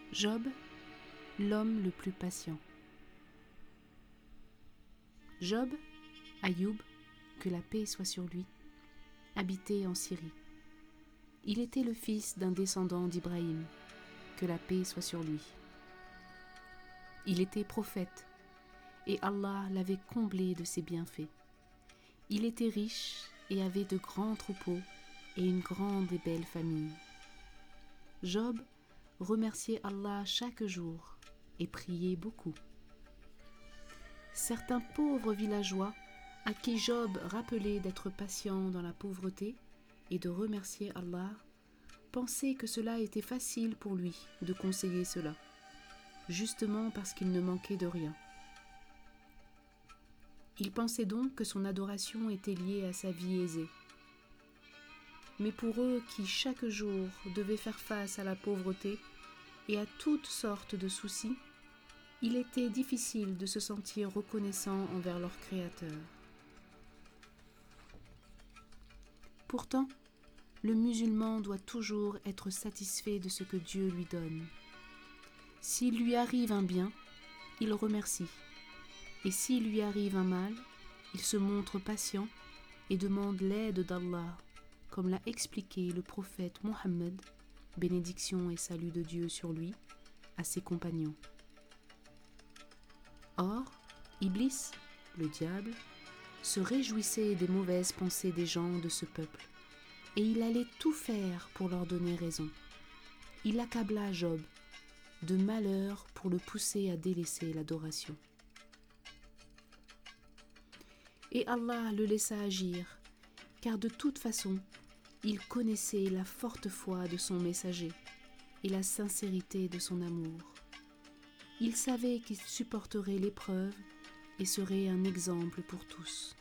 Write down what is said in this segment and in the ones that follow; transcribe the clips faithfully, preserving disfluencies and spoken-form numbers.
Job, l'homme le plus patient. Job, Ayoub, que la paix soit sur lui, habitait en Syrie. Il était le fils d'un descendant d'Ibrahim, que la paix soit sur lui. Il était prophète, et Allah l'avait comblé de ses bienfaits. Il était riche et avait de grands troupeaux et une grande et belle famille. Job remerciait Allah chaque jour et priait beaucoup. Certains pauvres villageois, à qui Job rappelait d'être patient dans la pauvreté et de remercier Allah, pensaient que cela était facile pour lui de conseiller cela, justement parce qu'il ne manquait de rien. Ils pensaient donc que son adoration était liée à sa vie aisée. Mais pour eux qui chaque jour devaient faire face à la pauvreté et à toutes sortes de soucis, il était difficile de se sentir reconnaissant envers leur Créateur. Pourtant, le musulman doit toujours être satisfait de ce que Dieu lui donne. S'il lui arrive un bien, il remercie. Et s'il lui arrive un mal, il se montre patient et demande l'aide d'Allah, comme l'a expliqué le prophète Mohammed, bénédiction et salut de Dieu sur lui, à ses compagnons. Or, Iblis, le diable, se réjouissait des mauvaises pensées des gens de ce peuple, et il allait tout faire pour leur donner raison. Il accabla Job de malheur pour le pousser à délaisser l'adoration. Et Allah le laissa agir, car de toute façon, il connaissait la forte foi de son messager et la sincérité de son amour. Il savait qu'il supporterait l'épreuve et serait un exemple pour tous.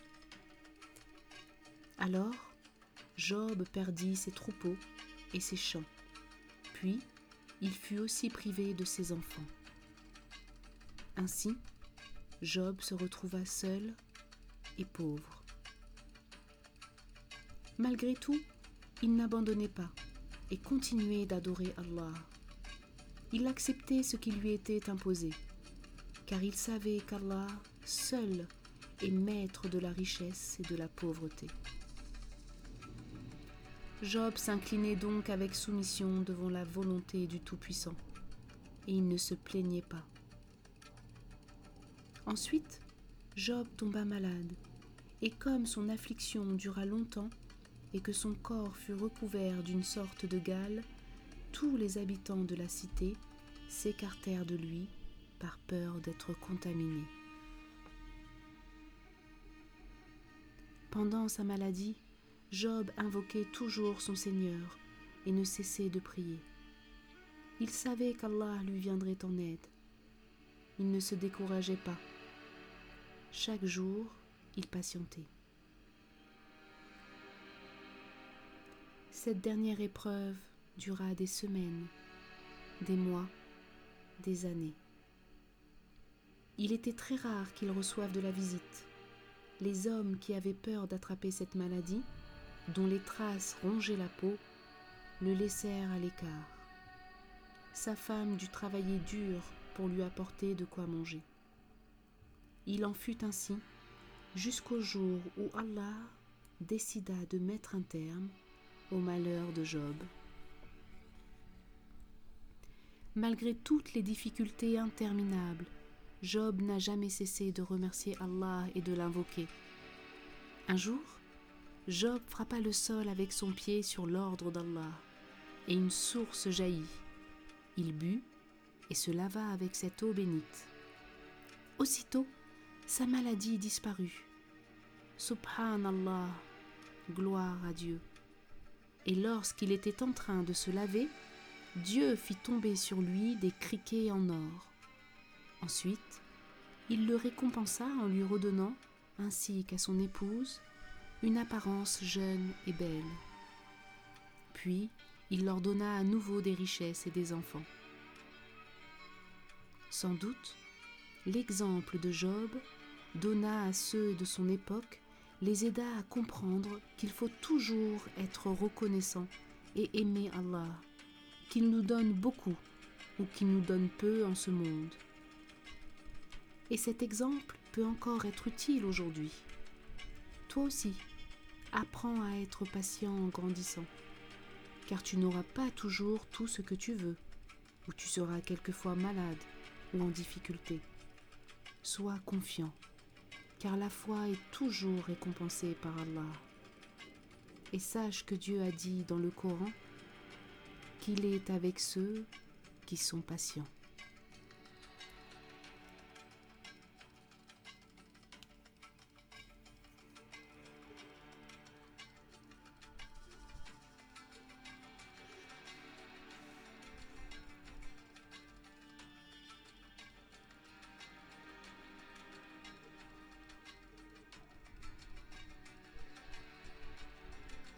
Alors, Job perdit ses troupeaux et ses champs, puis il fut aussi privé de ses enfants. Ainsi, Job se retrouva seul et pauvre. Malgré tout, il n'abandonnait pas et continuait d'adorer Allah. Il acceptait ce qui lui était imposé, car il savait qu'Allah seul est maître de la richesse et de la pauvreté. Job s'inclinait donc avec soumission devant la volonté du Tout-Puissant, et il ne se plaignait pas. Ensuite, Job tomba malade, et comme son affliction dura longtemps et que son corps fut recouvert d'une sorte de gale, tous les habitants de la cité s'écartèrent de lui par peur d'être contaminés. Pendant sa maladie, Job invoquait toujours son Seigneur et ne cessait de prier. Il savait qu'Allah lui viendrait en aide. Il ne se décourageait pas. Chaque jour, il patientait. Cette dernière épreuve dura des semaines, des mois, des années. Il était très rare qu'il reçoive de la visite. Les hommes qui avaient peur d'attraper cette maladie, dont les traces rongeaient la peau, le laissèrent à l'écart. Sa femme dut travailler dur pour lui apporter de quoi manger. Il en fut ainsi jusqu'au jour où Allah décida de mettre un terme au malheur de Job. Malgré toutes les difficultés interminables, Job n'a jamais cessé de remercier Allah et de l'invoquer. Un jour, Job frappa le sol avec son pied sur l'ordre d'Allah, et une source jaillit. Il but et se lava avec cette eau bénite. Aussitôt, sa maladie disparut. Subhanallah, gloire à Dieu. Et lorsqu'il était en train de se laver, Dieu fit tomber sur lui des criquets en or. Ensuite, il le récompensa en lui redonnant, ainsi qu'à son épouse, une apparence jeune et belle. Puis, il leur donna à nouveau des richesses et des enfants. Sans doute, l'exemple de Job donna à ceux de son époque, les aida à comprendre qu'il faut toujours être reconnaissant et aimer Allah, qu'il nous donne beaucoup ou qui nous donne peu en ce monde. Et cet exemple peut encore être utile aujourd'hui. Toi aussi, apprends à être patient en grandissant, car tu n'auras pas toujours tout ce que tu veux, ou tu seras quelquefois malade ou en difficulté. Sois confiant, car la foi est toujours récompensée par Allah. Et sache que Dieu a dit dans le Coran qu'il est avec ceux qui sont patients.